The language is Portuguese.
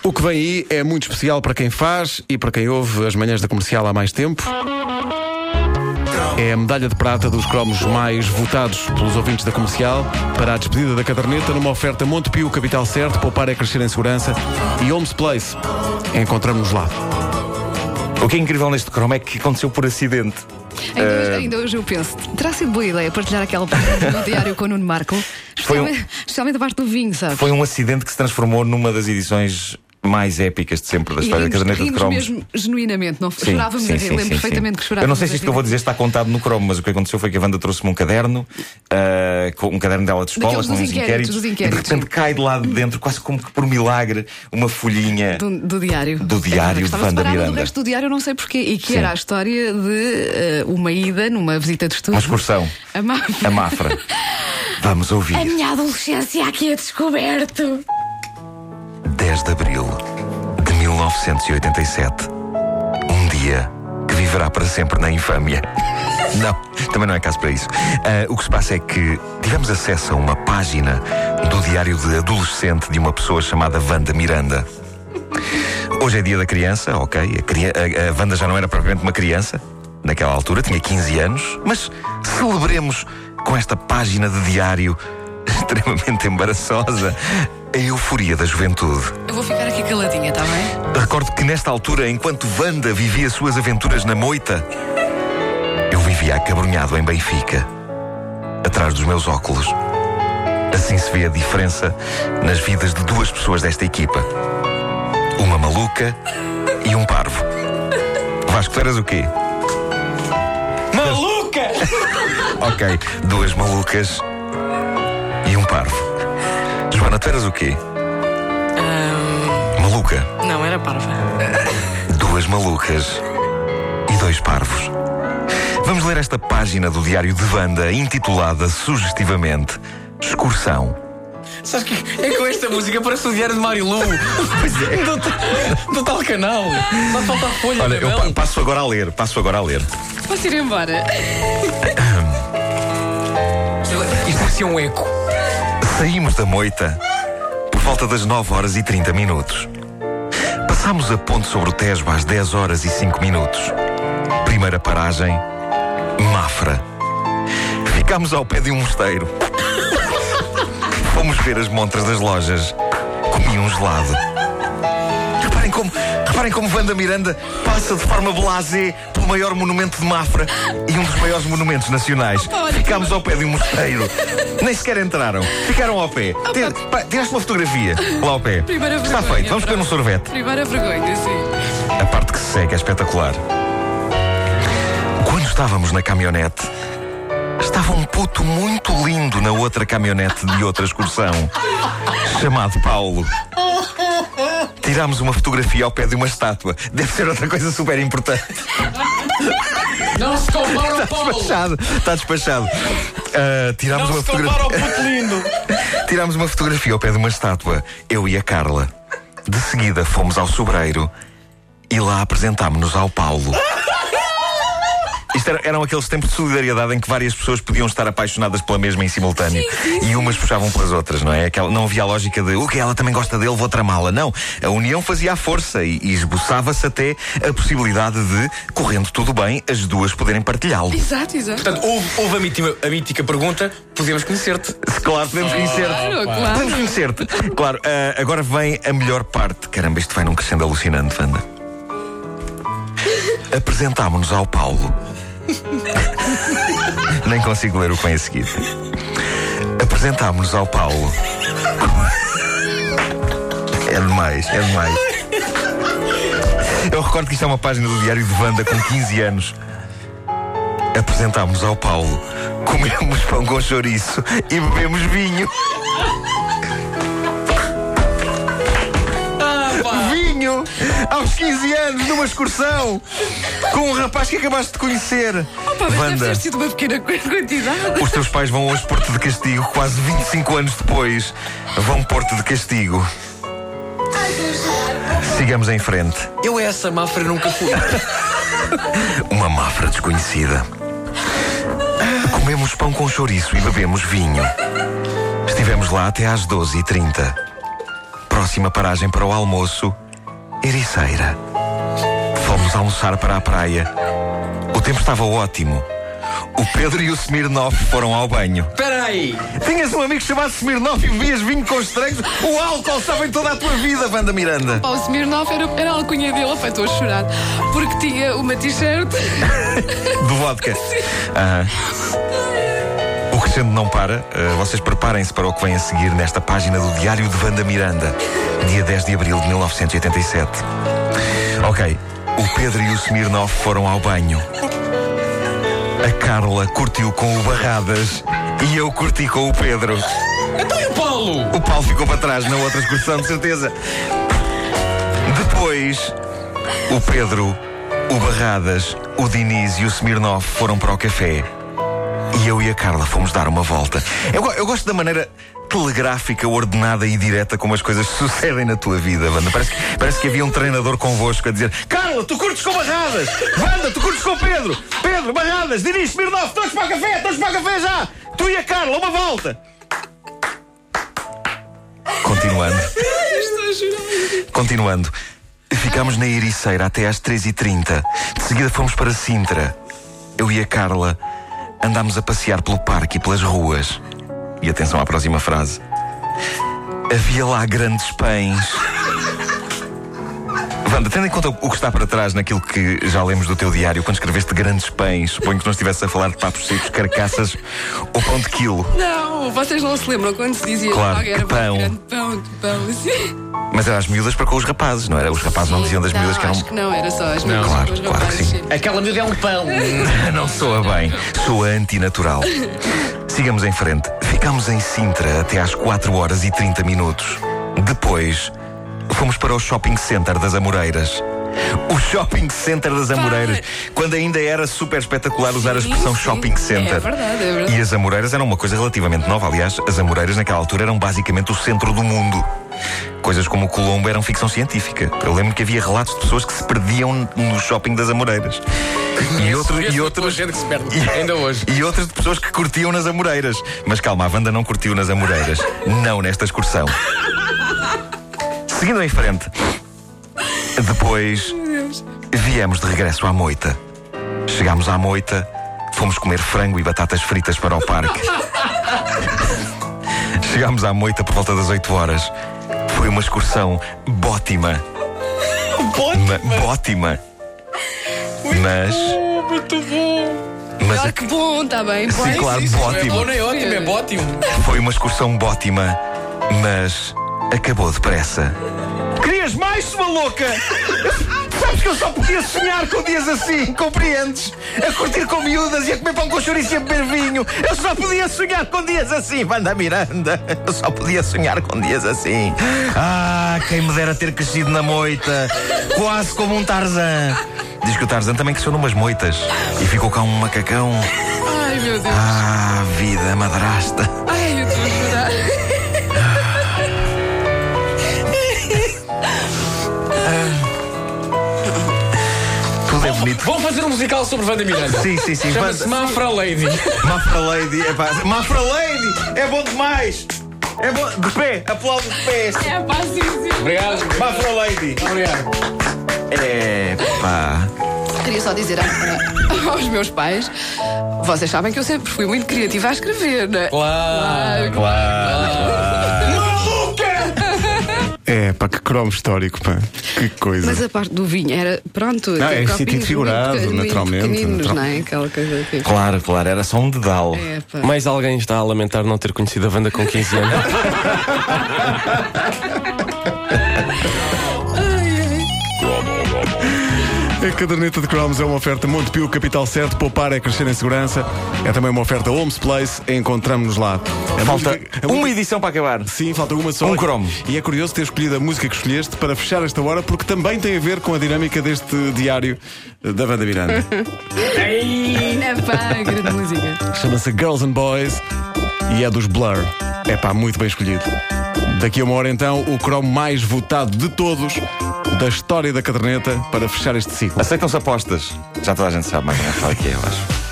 O que vem aí é muito especial para quem faz e para quem ouve as manhãs da Comercial há mais tempo. É a medalha de prata dos cromos mais votados pelos ouvintes da Comercial para a despedida da caderneta numa oferta Montepio, capital certo, poupar é crescer em segurança, e Homes Place. Encontramos-nos lá. O que é incrível neste cromo é que aconteceu por acidente. Ainda hoje eu penso, terá sido boa ideia partilhar aquela página do diário com o Nuno Marco, especialmente a parte do vinho, sabe? Foi um acidente que se transformou numa das edições mais épicas de sempre da história da caderneta de cromos. Mesmo genuinamente, não chorávamos a rir, lembro perfeitamente que chorávamos. Eu não sei se isto que eu vou dizer está contado no cromo, mas o que aconteceu foi que a Wanda trouxe-me um caderno, com um caderno dela de escola, com uns inquéritos, e de repente cai de lá de dentro, quase como que por milagre, uma folhinha do diário. Do diário de Wanda Miranda. Do resto do diário eu não sei porquê, e que era a história de uma ida numa visita de estudo. Uma excursão. A Mafra. Vamos ouvir. A minha adolescência aqui a descoberto. 10 de Abril de 1987. Um dia que viverá para sempre na infâmia. Não, também não é caso para isso. O que se passa é que tivemos acesso a uma página do diário de adolescente de uma pessoa chamada Wanda Miranda. Hoje é dia da criança, ok. A Wanda já não era propriamente uma criança naquela altura, tinha 15 anos. Mas celebremos com esta página de diário extremamente embaraçosa a euforia da juventude. Eu vou ficar aqui caladinha, está bem? Recordo que nesta altura, enquanto Wanda vivia suas aventuras na moita, eu vivia acabrunhado em Benfica, atrás dos meus óculos. Assim se vê a diferença nas vidas de duas pessoas desta equipa. Uma maluca e um parvo. Vasco, tu eras o quê? Maluca! Ok, duas malucas e um parvo. Joana, tu eras o quê? Maluca? Não, era parva. Duas malucas e dois parvos. Vamos ler esta página do diário de Wanda, intitulada sugestivamente Excursão. Sabes que é com esta música parece o diário de Marilu. Pois é. Do tal canal. Só falta a folha. Olha, eu passo agora a ler. Posso ir embora? Isto deve ser um eco. Saímos da moita por volta das 9h30. Passámos a ponte sobre o Tejo às 10h05. Primeira paragem, Mafra. Ficámos ao pé de um mosteiro. Fomos ver as montras das lojas. Comi um gelado. Reparem como Wanda Miranda passa de forma blasé pelo maior monumento de Mafra e um dos maiores monumentos nacionais. Ficámos ao pé de um mosteiro. Nem sequer entraram. Ficaram ao pé. Tiraste uma fotografia lá ao pé. Está feito. Vamos comer um sorvete. Primeira vergonha, sim. A parte que se segue é espetacular. Quando estávamos na caminhonete, estava um puto muito lindo na outra caminhonete de outra excursão, chamado Paulo. Tirámos uma fotografia ao pé de uma estátua. Deve ser outra coisa super importante. Não se compara ao Paulo. Está despachado. Tirámos não uma se compara ao puto lindo. Tirámos uma fotografia ao pé de uma estátua, eu e a Carla. De seguida fomos ao sobreiro e lá apresentámos-nos ao Paulo. Isto eram aqueles tempos de solidariedade em que várias pessoas podiam estar apaixonadas pela mesma em simultâneo. Sim. E umas puxavam pelas outras, não é? Não havia a lógica de o que ela também gosta dele, vou tramá-la. Não, a união fazia a força e esboçava-se até a possibilidade de, correndo tudo bem, as duas poderem partilhá-lo. Exato. Portanto, houve a mítica pergunta: podemos conhecer-te? Claro, podemos conhecer-te. Claro. Podemos conhecer-te. Claro, agora vem a melhor parte. Caramba, isto vai num crescendo alucinante, Wanda. Apresentámos-nos ao Paulo. Nem consigo ler o que vem a seguir. Apresentámos-nos ao Paulo. É demais. Eu recordo que isto é uma página do diário de Wanda com 15 anos. Apresentámos-nos ao Paulo. Comemos pão com chouriço e bebemos vinho. Vinho! Aos 15 anos, numa excursão, com um rapaz que acabaste de conhecer. Mas deve ter sido uma pequena quantidade. Os teus pais vão hoje pôr-te de castigo. Quase 25 anos depois, vão pôr-te de castigo. Sigamos em frente. Eu essa Mafra nunca fui. Uma Mafra desconhecida. Comemos pão com chouriço e bebemos vinho. Estivemos lá até às 12h30. próxima paragem para o almoço, Ericeira. Fomos almoçar para a praia. O tempo estava ótimo. O Pedro e o Smirnoff foram ao banho. Espera aí! Tinhas um amigo chamado Smirnoff e bebias vinho com estranhos? O álcool estava em toda a tua vida, Wanda Miranda. O Smirnoff era a alcunha dele, estou a chorar. Porque tinha uma t-shirt do vodka. O crescendo não para. Vocês preparem-se para o que vem a seguir nesta página do Diário de Wanda Miranda, dia 10 de abril de 1987. Ok, o Pedro e o Smirnoff foram ao banho. A Carla curtiu com o Barradas e eu curti com o Pedro. Então e o Paulo? O Paulo ficou para trás na outra excursão, de certeza. Depois, o Pedro, o Barradas, o Diniz e o Smirnoff foram para o café. E eu e a Carla fomos dar uma volta. Eu gosto da maneira telegráfica, ordenada e direta como as coisas sucedem na tua vida, Wanda. Parece que havia um treinador convosco a dizer: Carla, tu curtes com Barradas! Wanda, tu curtes com Pedro! Pedro, Barradas, Diniz, Smirnoff, todos para o café já! Tu e a Carla, uma volta! Continuando. Ficámos na Ericeira até às 3h30. De seguida fomos para Sintra. Eu e a Carla andámos a passear pelo parque e pelas ruas. E atenção à próxima frase. Havia lá grandes pães. Wanda, tendo em conta o que está para trás naquilo que já lemos do teu diário, quando escreveste grandes pães, suponho que não estivesse a falar de papos secos, carcaças ou pão de quilo. Não, vocês não se lembram quando se dizia claro, que era pão. Grande pão, assim. Mas era as miúdas para com os rapazes, não era? Os rapazes não diziam das miúdas que eram... Acho que não, era só as miúdas. Claro, com os claro que rapazes, sim. Aquela miúda é um pão. Não soa bem, soa antinatural. Sigamos em frente. Ficámos em Sintra até às 4h30. Depois, fomos para o Shopping Center das Amoreiras. O Shopping Center das Amoreiras. Quando ainda era super espetacular usar a expressão Shopping Center. É verdade. E as Amoreiras eram uma coisa relativamente nova. Aliás, as Amoreiras naquela altura eram basicamente o centro do mundo. Coisas como o Colombo eram ficção científica. Eu lembro que havia relatos de pessoas que se perdiam no Shopping das Amoreiras. E outros gente que se perde, ainda hoje. E outras de pessoas que curtiam nas Amoreiras. Mas calma, a Wanda não curtiu nas Amoreiras. Não nesta excursão. Seguindo em frente. Depois viemos de regresso à moita. Chegámos à moita, fomos comer frango e batatas fritas para o parque. Chegámos à moita por volta das 8h. Foi uma excursão bótima. Bótima. Mas... Muito bom. Claro que bom, está bem. Sim, claro, bótimo. É bom, não é ótimo, é bótimo. Foi uma excursão bótima, mas acabou depressa. Querias mais, sua louca? Sabes que eu só podia sonhar com dias assim, compreendes? A curtir com miúdas e a comer pão com chouriço e a beber vinho. Eu só podia sonhar com dias assim, Wanda Miranda. Eu só podia sonhar com dias assim. Ah, quem me dera ter crescido na moita. Quase como um Tarzan. Diz que o Tarzan também cresceu numas moitas e ficou cá um macacão. Ai, meu Deus. Ah, vida madrasta. Ai, eu estou a chorar. Tudo é bonito. Vamos fazer um musical sobre Wanda Miranda. Sim. Chama-se Mafra Lady. Mafra Lady, Mafra Lady, é bom demais. É bom, de pé, aplaudo de pé. É fácil. Obrigado. Mafra Lady. Obrigado. É pá. Queria só dizer aos meus pais, vocês sabem que eu sempre fui muito criativa a escrever, não é? Claro. É, pá, que cromo histórico, pá. Que coisa. Mas a parte do vinho era, pronto, Não, é copinhos sentido figurado, muito naturalmente. pequeninos, não é? Aquela coisa assim. Claro, era só um dedal. É, pá. Mais alguém está a lamentar não ter conhecido a Wanda com 15 anos? A caderneta de cromos é uma oferta Montepio, capital certo, poupar é crescer em segurança. É também uma oferta Homes Place, encontramos-nos lá. Falta uma edição para acabar. Sim, falta uma só. Um cromo. E é curioso ter escolhido a música que escolheste para fechar esta hora, porque também tem a ver com a dinâmica deste diário da Wanda Miranda. É pá, grande música. Chama-se Girls and Boys e é dos Blur. É pá, muito bem escolhido. Daqui a uma hora então, o cromo mais votado de todos da história da caderneta para fechar este ciclo. Aceitam-se apostas. Já toda a gente sabe mais ou menos qual é que é, eu acho.